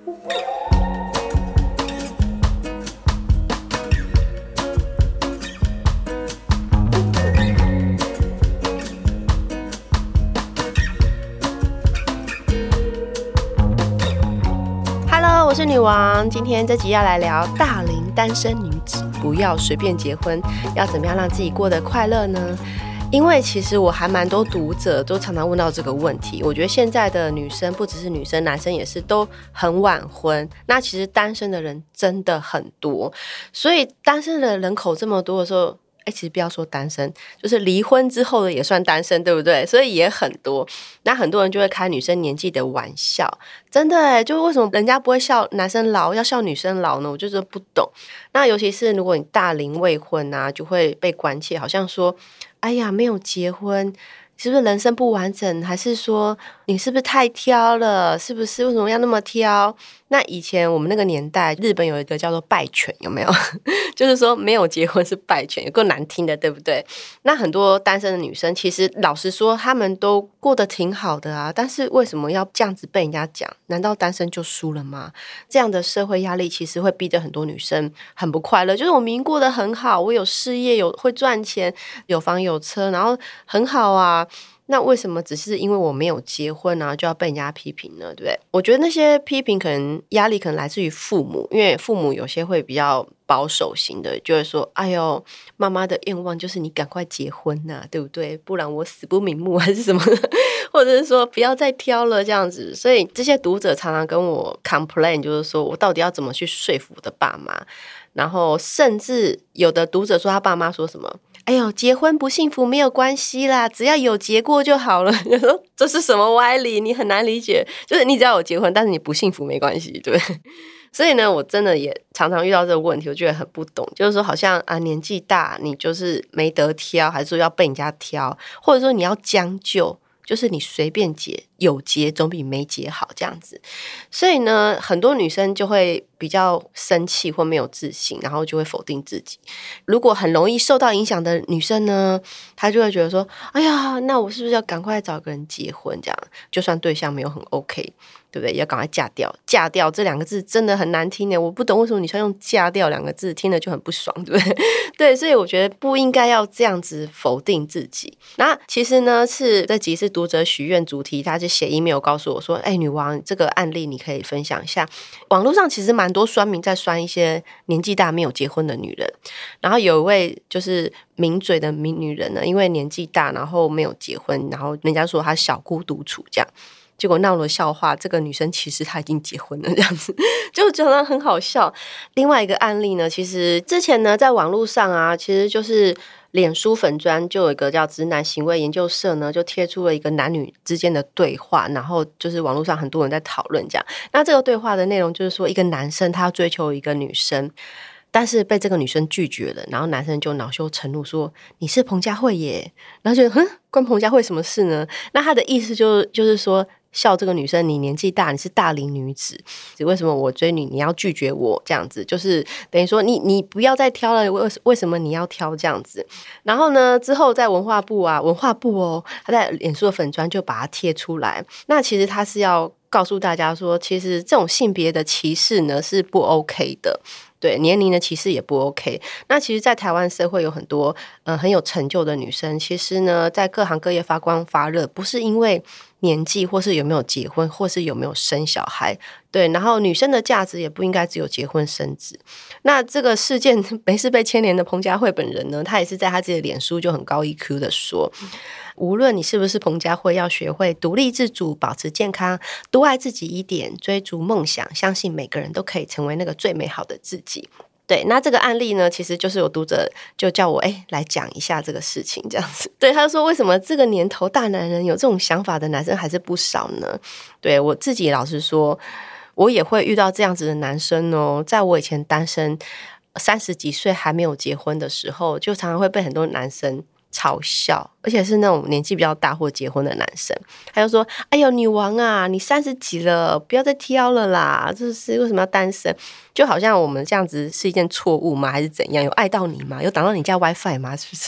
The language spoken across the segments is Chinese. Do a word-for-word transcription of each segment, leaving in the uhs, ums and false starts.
Hello， 我是女王，今天这集要来聊大龄单身女子不要随便结婚，要怎么样让自己过得快乐呢？因为其实我还蛮多读者都常常问到这个问题，我觉得现在的女生不只是女生，男生也是都很晚婚，那其实单身的人真的很多，所以单身的人口这么多的时候，哎，其实不要说单身，就是离婚之后的也算单身，对不对？所以也很多，那很多人就会开女生年纪的玩笑，真的耶，就为什么人家不会笑男生老，要笑女生老呢？我就是不懂。那尤其是如果你大龄未婚啊，就会被关切，好像说，哎呀，没有结婚，是不是人生不完整？还是说你是不是太挑了？是不是为什么要那么挑？那以前我们那个年代，日本有一个叫做败犬，有没有？就是说没有结婚是败犬，有够难听的，对不对？那很多单身的女生，其实老实说，她们都过得挺好的啊，但是为什么要这样子被人家讲？难道单身就输了吗？这样的社会压力其实会逼得很多女生很不快乐。就是我明明过得很好，我有事业，有会赚钱，有房有车，然后很好啊。那为什么只是因为我没有结婚啊，就要被人家批评呢？对不对？我觉得那些批评可能压力可能来自于父母，因为父母有些会比较保守型的，就会说：“哎呦，妈妈的愿望就是你赶快结婚呐、啊，对不对？不然我死不瞑目还是什么的，或者是说不要再挑了这样子。”所以这些读者常常跟我 complain， 就是说我到底要怎么去说服我的爸妈？然后甚至有的读者说他爸妈说什么？哎呦，结婚不幸福没有关系啦，只要有结过就好了。就说这是什么歪理？你很难理解。就是你只要有结婚，但是你不幸福没关系，对。所以呢，我真的也常常遇到这个问题，我觉得很不懂。就是说，好像啊年纪大，你就是没得挑，还是说要被人家挑，或者说你要将就，就是你随便结，有结总比没结好这样子。所以呢，很多女生就会比较生气或没有自信，然后就会否定自己。如果很容易受到影响的女生呢，她就会觉得说：“哎呀，那我是不是要赶快找个人结婚？这样，就算对象没有很 OK， 对不对？要赶快嫁掉。嫁掉这两个字真的很难听耶，我不懂为什么女生用嫁掉两个字，听了就很不爽，对不对？对，所以我觉得不应该要这样子否定自己。那其实呢，是这集是读者许愿主题，他就写 email 告诉我说：“哎，女王，这个案例你可以分享一下。”网络上其实蛮多酸民在酸一些年纪大没有结婚的女人，然后有一位就是名嘴的名女人呢，因为年纪大，然后没有结婚，然后人家说她小姑独处这样。结果闹了笑话，这个女生其实她已经结婚了，这样子就觉得很好笑。另外一个案例呢，其实之前呢在网络上啊，其实就是脸书粉专就有一个叫直男行为研究社呢，就贴出了一个男女之间的对话，然后就是网络上很多人在讨论这样。那这个对话的内容就是说，一个男生他要追求一个女生，但是被这个女生拒绝了，然后男生就恼羞成怒说：“你是彭佳慧耶！”然后就哼，关彭佳慧什么事呢？那他的意思就就是说。笑这个女生，你年纪大，你是大龄女子，为什么我追你，你要拒绝我？这样子就是等于说你你不要再挑了，为为什么你要挑这样子？然后呢，之后在文化部啊，文化部哦，他在脸书的粉专就把它贴出来。那其实他是要告诉大家说，其实这种性别的歧视呢是不 OK 的。对年龄的歧视也不 OK。那其实在台湾社会有很多呃很有成就的女生，其实呢在各行各业发光发热，不是因为年纪或是有没有结婚或是有没有生小孩。对，然后女生的价值也不应该只有结婚生子。那这个事件没事被牵连的彭佳慧本人呢，她也是在她自己的脸书就很高 E Q 的说，无论你是不是彭佳慧，要学会独立自主，保持健康，多爱自己一点，追逐梦想，相信每个人都可以成为那个最美好的自己。对，那这个案例呢，其实就是有读者就叫我哎来讲一下这个事情，这样子。对，他就说为什么这个年头大男人有这种想法的男生还是不少呢？对，我自己老实说，我也会遇到这样子的男生哦。在我以前单身三十几岁还没有结婚的时候，就常常会被很多男生嘲笑，而且是那种年纪比较大或结婚的男生，他就说：“哎呦，女王啊，你三十几了，不要再挑了啦！这是为什么要单身？就好像我们这样子是一件错误吗？还是怎样？有爱到你吗？有挡到你家 WiFi 吗？是不是？”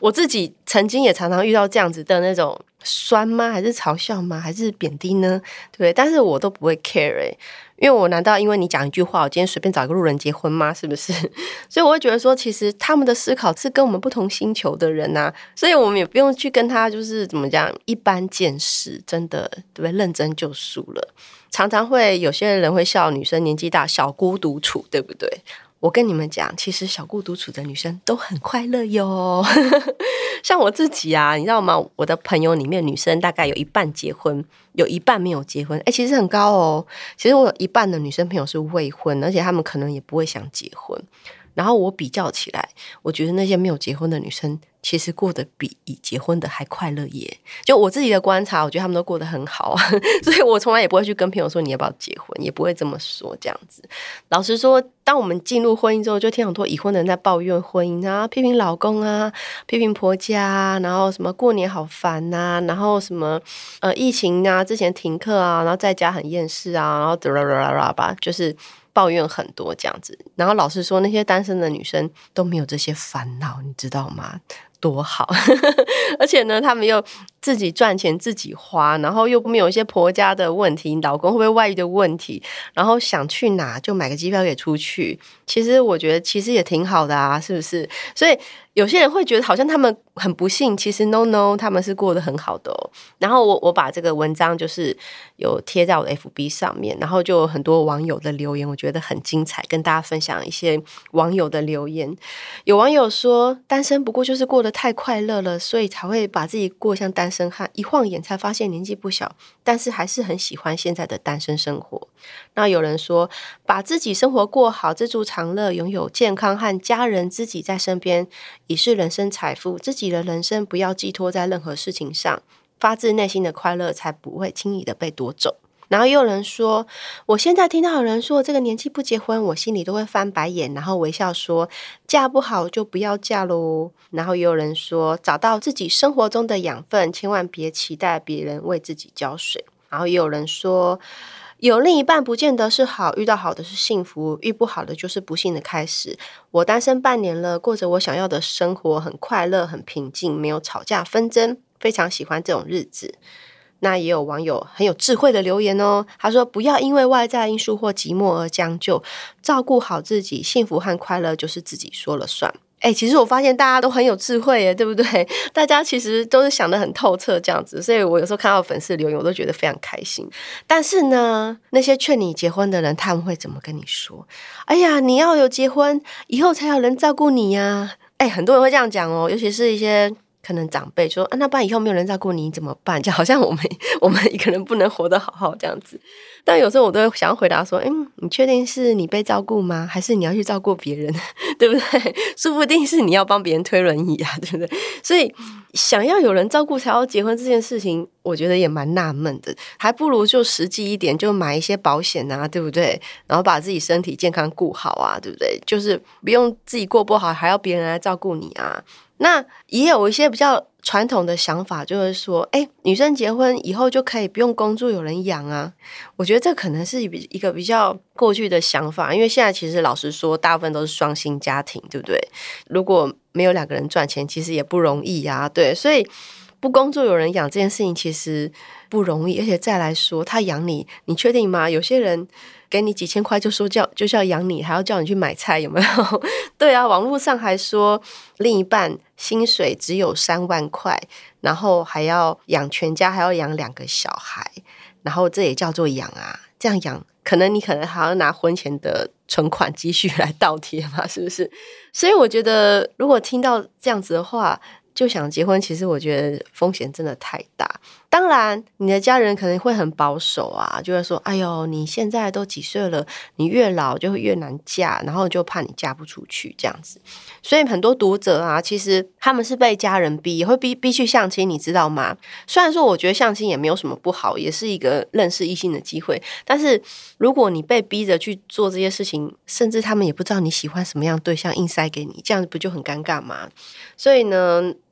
我自己曾经也常常遇到这样子的那种酸吗？还是嘲笑吗？还是贬低呢？对不对？但是我都不会 care 欸，因为我难道因为你讲一句话，我今天随便找一个路人结婚吗？是不是？所以我会觉得说，其实他们的思考是跟我们不同星球的人啊，所以我们也不用去跟他就是怎么讲一般见识，真的对不对？认真就输了。常常会有些人会笑女生年纪大小孤独处，对不对？我跟你们讲，其实小孤独处的女生都很快乐哟。像我自己啊，你知道吗？我的朋友里面女生大概有一半结婚，有一半没有结婚。哎，其实很高哦。其实我有一半的女生朋友是未婚，而且她们可能也不会想结婚。然后我比较起来，我觉得那些没有结婚的女生其实过得比已结婚的还快乐耶。就我自己的观察，我觉得她们都过得很好啊。所以我从来也不会去跟朋友说你要不要结婚，也不会这么说这样子。老实说，当我们进入婚姻之后，就听很多已婚的人在抱怨婚姻啊，批评老公啊，批评婆家啊，然后什么过年好烦啊，然后什么呃疫情啊，之前停课啊，然后在家很厌世啊，然后吧，就是抱怨很多这样子。然后老实说，那些单身的女生都没有这些烦恼，你知道吗？多好。而且呢，他们又自己赚钱自己花，然后又没有一些婆家的问题，老公会不会外遇的问题，然后想去哪就买个机票给出去。其实我觉得其实也挺好的啊，是不是？所以有些人会觉得好像他们很不幸，其实 no no 他们是过得很好的哦。然后我我把这个文章就是有贴在我的 F B 上面，然后就有很多网友的留言，我觉得很精彩，跟大家分享一些网友的留言。有网友说，单身不过就是过得太快乐了，所以才会把自己过像单身汉，一晃眼才发现年纪不小，但是还是很喜欢现在的单身生活。那有人说，把自己生活过好，知足常乐，拥有健康和家人知己在身边，已是人生财富。自己的人生不要寄托在任何事情上，发自内心的快乐才不会轻易的被夺走。然后又有人说，我现在听到有人说这个年纪不结婚，我心里都会翻白眼，然后微笑说，嫁不好就不要嫁咯。然后也有人说，找到自己生活中的养分，千万别期待别人为自己浇水。然后也有人说，有另一半不见得是好，遇到好的是幸福，遇不好的就是不幸的开始。我单身半年了，过着我想要的生活，很快乐，很平静，没有吵架纷争，非常喜欢这种日子。那也有网友很有智慧的留言哦，他说，不要因为外在因素或寂寞而将就，照顾好自己，幸福和快乐就是自己说了算。欸，其实我发现大家都很有智慧耶，对不对？大家其实都是想得很透彻这样子，所以我有时候看到粉丝留言，我都觉得非常开心。但是呢，那些劝你结婚的人，他们会怎么跟你说？哎呀，你要有结婚，以后才有人照顾你呀。欸，很多人会这样讲哦，尤其是一些可能长辈说，啊，那不然以后没有人照顾你怎么办？就好像我们我们一个人不能活得好好这样子。但有时候我都会想要回答说，嗯，你确定是你被照顾吗？还是你要去照顾别人？对不对？说不定是你要帮别人推轮椅啊，对不对？所以想要有人照顾才要结婚这件事情，我觉得也蛮纳闷的。还不如就实际一点，就买一些保险啊，对不对？然后把自己身体健康顾好啊，对不对？就是不用自己过不好，还要别人来照顾你啊。那也有一些比较传统的想法，就是说，哎，女生结婚以后就可以不用工作，有人养啊。我觉得这可能是一个比较过去的想法，因为现在其实老实说，大部分都是双薪家庭，对不对？如果没有两个人赚钱，其实也不容易啊，对，所以不工作有人养这件事情其实不容易，而且再来说，他养你，你确定吗？有些人给你几千块就说叫就是要养你，还要叫你去买菜，有没有？对啊，网络上还说另一半薪水只有三万块，然后还要养全家，还要养两个小孩，然后这也叫做养啊？这样养，可能你可能还要拿婚前的存款积蓄来倒贴嘛，是不是？所以我觉得，如果听到这样子的话，就想结婚，其实我觉得风险真的太大。当然你的家人可能会很保守啊，就会说，哎呦，你现在都几岁了，你越老就会越难嫁，然后就怕你嫁不出去这样子。所以很多读者啊，其实他们是被家人逼，也会逼逼去相亲，你知道吗？虽然说我觉得相亲也没有什么不好，也是一个认识异性的机会，但是如果你被逼着去做这些事情，甚至他们也不知道你喜欢什么样的对象，硬塞给你，这样不就很尴尬吗？所以呢，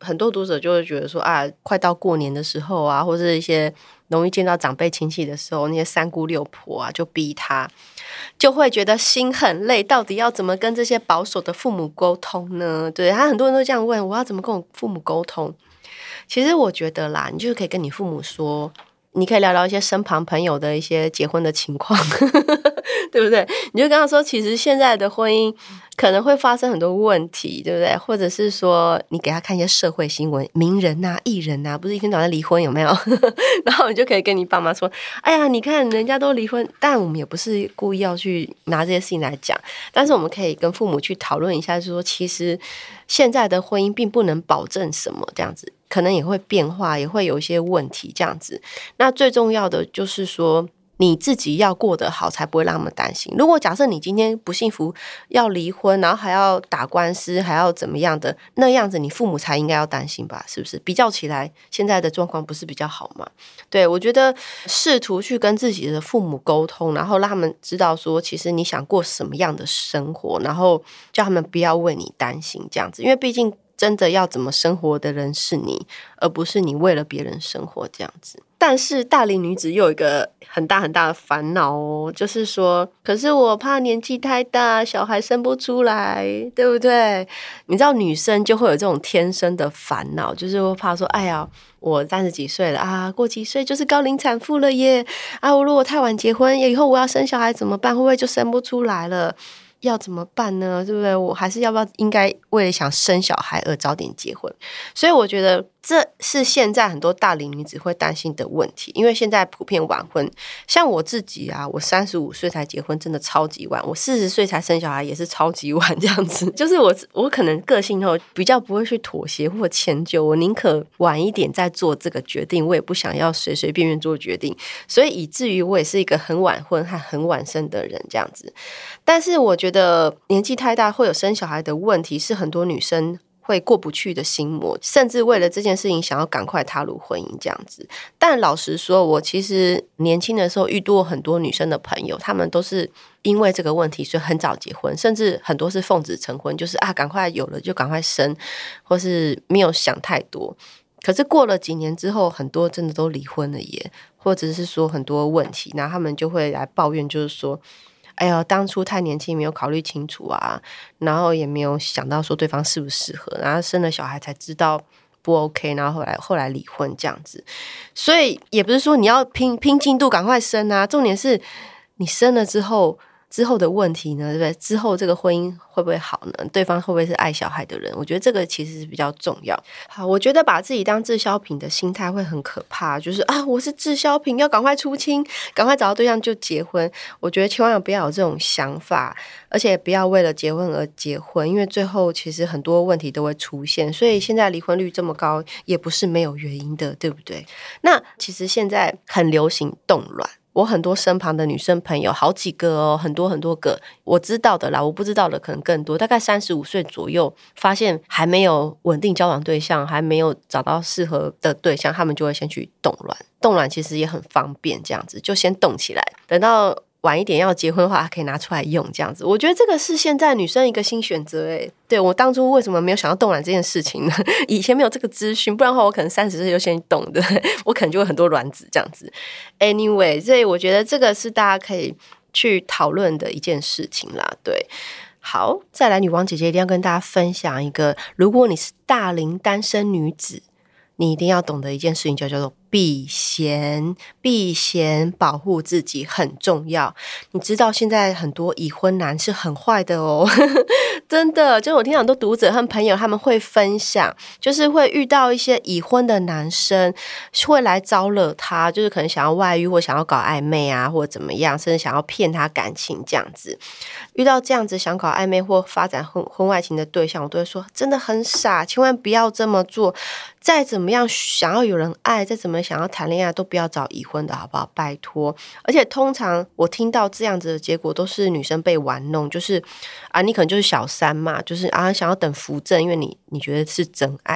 很多读者就会觉得说啊，快到过年的时候啊，或是一些容易见到长辈亲戚的时候，那些三姑六婆啊就逼他，就会觉得心很累，到底要怎么跟这些保守的父母沟通呢？对，他很多人都这样问，我要怎么跟我父母沟通？其实我觉得啦，你就是可以跟你父母说，你可以聊聊一些身旁朋友的一些结婚的情况对不对？你就跟他说其实现在的婚姻可能会发生很多问题，对不对？或者是说你给他看一些社会新闻，名人啊艺人啊不是一天到晚离婚有没有然后你就可以跟你爸妈说，哎呀你看人家都离婚，但我们也不是故意要去拿这些事情来讲，但是我们可以跟父母去讨论一下，就是说其实现在的婚姻并不能保证什么，这样子可能也会变化，也会有一些问题这样子。那最重要的就是说你自己要过得好，才不会让他们担心。如果假设你今天不幸福要离婚，然后还要打官司，还要怎么样的，那样子你父母才应该要担心吧，是不是？比较起来现在的状况不是比较好吗？对，我觉得试图去跟自己的父母沟通，然后让他们知道说其实你想过什么样的生活，然后叫他们不要为你担心这样子，因为毕竟真的要怎么生活的人是你，而不是你为了别人生活这样子。但是大龄女子又有一个很大很大的烦恼哦，就是说可是我怕年纪太大，小孩生不出来，对不对？你知道女生就会有这种天生的烦恼，就是会怕说哎呀我三十几岁了啊，过几岁就是高龄产妇了耶啊，我如果太晚结婚，以后我要生小孩怎么办？会不会就生不出来了？要怎么办呢？对不对？我还是要不要应该为了想生小孩而早点结婚？所以我觉得这是现在很多大龄女子会担心的问题，因为现在普遍晚婚。像我自己啊，我三十五岁才结婚，真的超级晚；我四十岁才生小孩，也是超级晚。这样子，就是我我可能个性后比较不会去妥协或迁就，我宁可晚一点再做这个决定，我也不想要随随便便做决定。所以以至于我也是一个很晚婚和很晚生的人，这样子。但是我觉得年纪太大会有生小孩的问题，是很多女生会过不去的心魔，甚至为了这件事情想要赶快踏入婚姻这样子。但老实说，我其实年轻的时候遇到很多女生的朋友，她们都是因为这个问题所以很早结婚，甚至很多是奉子成婚，就是啊赶快有了就赶快生，或是没有想太多。可是过了几年之后，很多真的都离婚了耶，或者是说很多问题，然后他们就会来抱怨，就是说哎呀，当初太年轻，没有考虑清楚啊，然后也没有想到说对方适不适合，然后生了小孩才知道不 OK， 然后后来后来离婚这样子。所以也不是说你要拼拼进度赶快生啊，重点是你生了之后之后的问题呢，对不对？之后这个婚姻会不会好呢？对方会不会是爱小孩的人？我觉得这个其实是比较重要。好，我觉得把自己当滞销品的心态会很可怕，就是啊，我是滞销品，要赶快出清，赶快找到对象就结婚。我觉得千万不要有这种想法，而且不要为了结婚而结婚，因为最后其实很多问题都会出现。所以现在离婚率这么高，也不是没有原因的，对不对？那其实现在很流行冻卵。我很多身旁的女生朋友好几个哦，很多很多个，我知道的啦，我不知道的可能更多。大概三十五岁左右，发现还没有稳定交往对象，还没有找到适合的对象，他们就会先去冻卵。冻卵其实也很方便，这样子就先冻起来，等到晚一点要结婚的话可以拿出来用这样子。我觉得这个是现在女生一个新选择诶。对，我当初为什么没有想到冻卵这件事情呢？以前没有这个资讯，不然的话我可能三十岁就先冻的，我可能就会很多卵子这样子。Anyway， 所以我觉得这个是大家可以去讨论的一件事情啦。对，好，再来女王姐姐一定要跟大家分享一个，如果你是大龄单身女子，你一定要懂得一件事情，就叫做避嫌。避嫌保护自己很重要。你知道现在很多已婚男是很坏的哦真的，就我听到很多读者和朋友他们会分享，就是会遇到一些已婚的男生会来招惹他，就是可能想要外遇或想要搞暧昧啊，或者怎么样，甚至想要骗他感情这样子。遇到这样子想搞暧昧或发展婚婚外情的对象，我都会说真的很傻，千万不要这么做。再怎么样想要有人爱，再怎么想要谈恋爱，都不要找已婚的好不好？拜托。而且通常我听到这样子的结果都是女生被玩弄，就是啊你可能就是小三嘛，就是啊想要等扶正，因为你你觉得是真爱。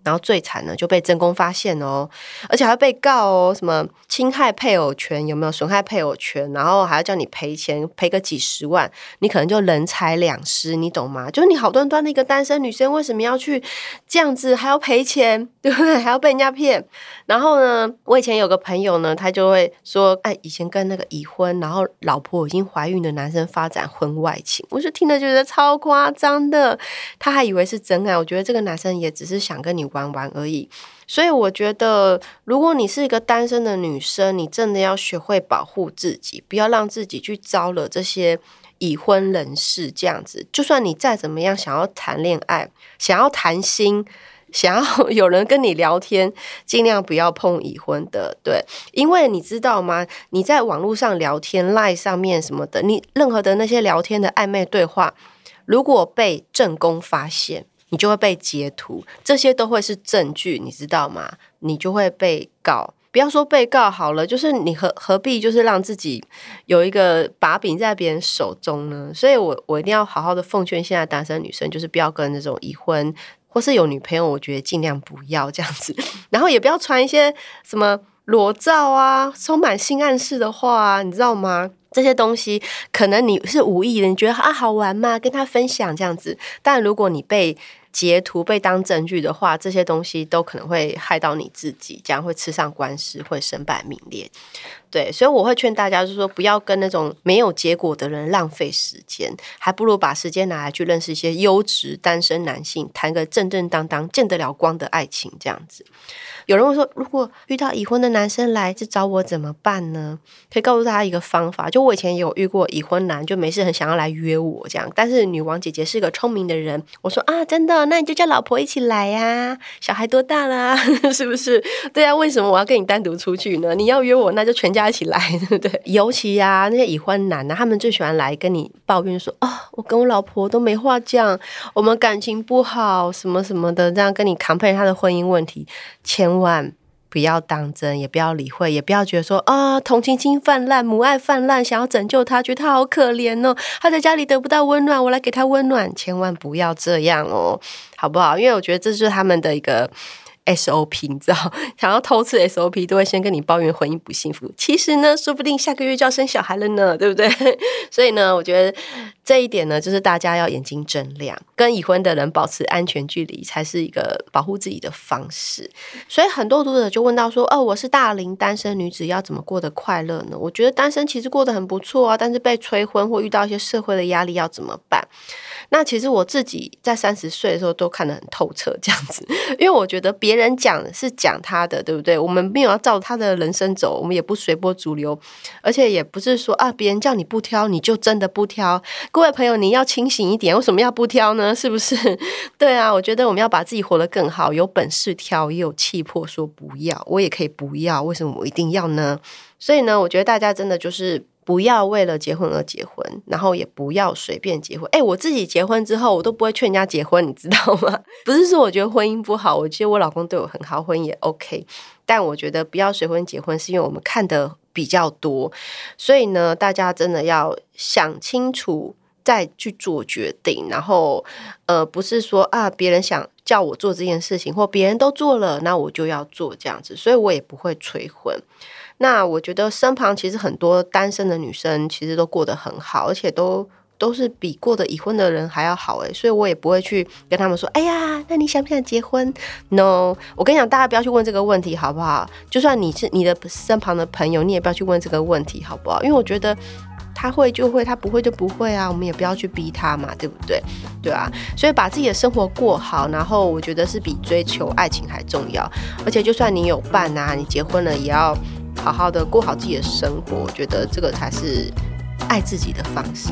然后最惨呢就被真公发现哦，而且还要被告哦，什么侵害配偶权，有没有损害配偶权，然后还要叫你赔钱，赔个几十万，你可能就人财两失，你懂吗？就是你好端端的一个单身女生，为什么要去这样子，还要赔钱，对不对？还要被人家骗。然后呢，我以前有个朋友呢，他就会说，哎，以前跟那个已婚，然后老婆已经怀孕的男生发展婚外情，我就听了觉得超夸张的，他还以为是真爱，我觉得这个男生也只是想跟你玩玩而已。所以我觉得如果你是一个单身的女生，你真的要学会保护自己，不要让自己去招惹这些已婚人士这样子。就算你再怎么样想要谈恋爱，想要谈心，想要有人跟你聊天，尽量不要碰已婚的。对，因为你知道吗，你在网络上聊天 LINE 上面什么的，你任何的那些聊天的暧昧对话，如果被正宫发现，你就会被截图，这些都会是证据，你知道吗？你就会被告。不要说被告好了，就是你何何必就是让自己有一个把柄在别人手中呢？所以我我一定要好好的奉劝现在单身女生，就是不要跟那种已婚或是有女朋友，我觉得尽量不要这样子，然后也不要传一些什么裸照啊，充满性暗示的话啊，你知道吗？这些东西可能你是无意的，你觉得啊好玩嘛，跟他分享这样子，但如果你被截图被当证据的话，这些东西都可能会害到你自己，这样会吃上官司，会身败名裂。对，所以我会劝大家就是说，不要跟那种没有结果的人浪费时间，还不如把时间拿来去认识一些优质单身男性，谈个正正当当见得了光的爱情这样子。有人会说，如果遇到已婚的男生来是找我怎么办呢？可以告诉大家一个方法，就我以前也有遇过已婚男，就没事很想要来约我这样，但是女王姐姐是个聪明的人，我说啊，真的，那你就叫老婆一起来呀、啊，小孩多大了、啊、是不是？对啊，为什么我要跟你单独出去呢？你要约我，那就全家一起来，对不对？尤其啊，那些已婚男啊，他们最喜欢来跟你抱怨说，啊、哦，我跟我老婆都没话讲，我们感情不好，什么什么的，这样跟你 compare 他的婚姻问题，千万不要当真，也不要理会，也不要觉得说啊、哦，同情心泛滥，母爱泛滥，想要拯救他，觉得他好可怜哦，他在家里得不到温暖，我来给他温暖，千万不要这样哦，好不好？因为我觉得这就是他们的一个S O P， 你知道，想要偷吃 S O P 都会先跟你抱怨婚姻不幸福，其实呢说不定下个月就要生小孩了呢，对不对？所以呢我觉得这一点呢就是大家要眼睛睁亮，跟已婚的人保持安全距离才是一个保护自己的方式。所以很多读者就问到说，哦，我是大龄单身女子要怎么过得快乐呢？我觉得单身其实过得很不错啊，但是被催婚或遇到一些社会的压力要怎么办？那其实我自己在三十岁的时候都看得很透彻这样子，因为我觉得别人讲是讲他的，对不对？我们没有要照他的人生走，我们也不随波逐流，而且也不是说啊，别人叫你不挑你就真的不挑。各位朋友，你要清醒一点，为什么要不挑呢？是不是？对啊，我觉得我们要把自己活得更好，有本事挑，也有气魄说不要，我也可以不要，为什么我一定要呢？所以呢，我觉得大家真的就是不要为了结婚而结婚，然后也不要随便结婚。哎，我自己结婚之后我都不会劝人家结婚，你知道吗？不是说我觉得婚姻不好，我觉得我老公对我很好，婚姻也 OK， 但我觉得不要随婚结婚是因为我们看的比较多，所以呢大家真的要想清楚再去做决定，然后呃，不是说啊别人想叫我做这件事情或别人都做了那我就要做这样子，所以我也不会催婚。那我觉得身旁其实很多单身的女生其实都过得很好，而且都都是比过得已婚的人还要好诶，所以我也不会去跟他们说哎呀那你想不想结婚 No， 我跟你讲大家不要去问这个问题好不好，就算你是你的身旁的朋友你也不要去问这个问题好不好，因为我觉得他会就会，他不会就不会啊，我们也不要去逼他嘛，对不对？对啊，所以把自己的生活过好，然后我觉得是比追求爱情还重要，而且就算你有伴啊，你结婚了也要好好的过好自己的生活，我觉得这个才是爱自己的方式。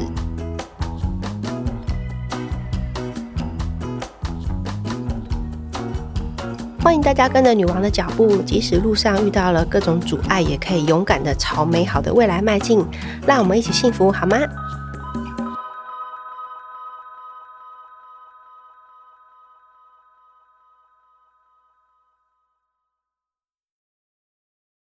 欢迎大家跟着女王的脚步，即使路上遇到了各种阻碍，也可以勇敢的朝美好的未来迈进。让我们一起幸福好吗？